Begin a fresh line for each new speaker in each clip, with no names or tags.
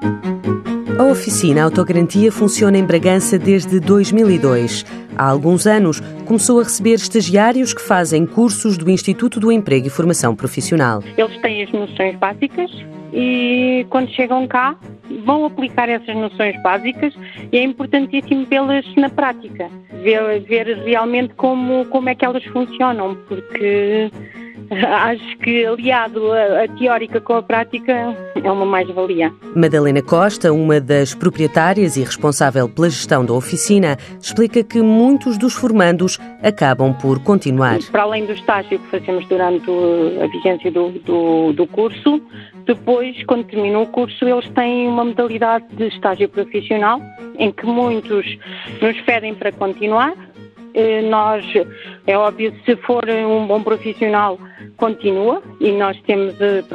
A oficina Autogarantia funciona em Bragança desde 2002. Há alguns anos, começou a receber estagiários que fazem cursos do Instituto do Emprego e Formação Profissional.
Eles têm as noções básicas e, quando chegam cá, vão aplicar essas noções básicas e é importantíssimo vê-las na prática, ver realmente como é que elas funcionam, porque acho que aliado a teórica com a prática é uma mais-valia.
Madalena Costa, uma das proprietárias e responsável pela gestão da oficina, explica que muitos dos formandos acabam por continuar.
Para além do estágio que fazemos durante a vigência do curso, depois, quando terminam o curso, eles têm uma modalidade de estágio profissional em que muitos nos pedem para continuar. Nós, é óbvio, se for um bom profissional, continua, e nós temos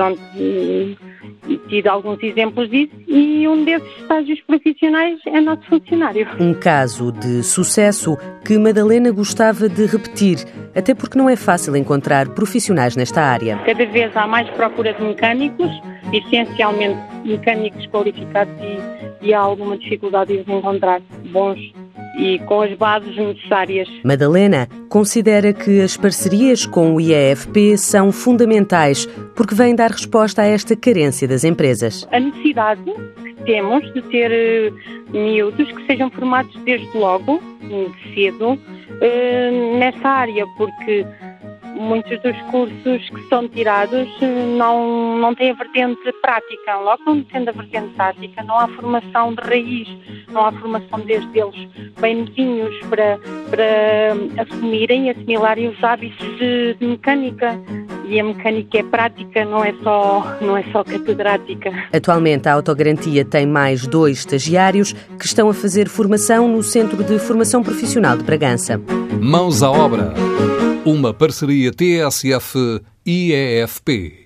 tido alguns exemplos disso, e um desses estágios profissionais é nosso funcionário.
Um caso de sucesso que Madalena gostava de repetir, até porque não é fácil encontrar profissionais nesta área.
Cada vez há mais procura de mecânicos, essencialmente mecânicos qualificados, e há alguma dificuldade de encontrar bons e com as bases necessárias.
Madalena considera que as parcerias com o IEFP são fundamentais porque vêm dar resposta a esta carência das empresas.
A necessidade que temos de ter miúdos que sejam formados desde logo, cedo, nessa área, porque muitos dos cursos que são tirados não têm a vertente prática. Logo não tendo a vertente prática, não há formação de raiz, não há formação desde eles bem novinhos para assimilarem os hábitos de mecânica. E a mecânica é prática, não é só catedrática.
Atualmente a Autogarantia tem mais 2 estagiários que estão a fazer formação no Centro de Formação Profissional de Bragança.
Mãos à obra. Uma parceria TSF-IEFP.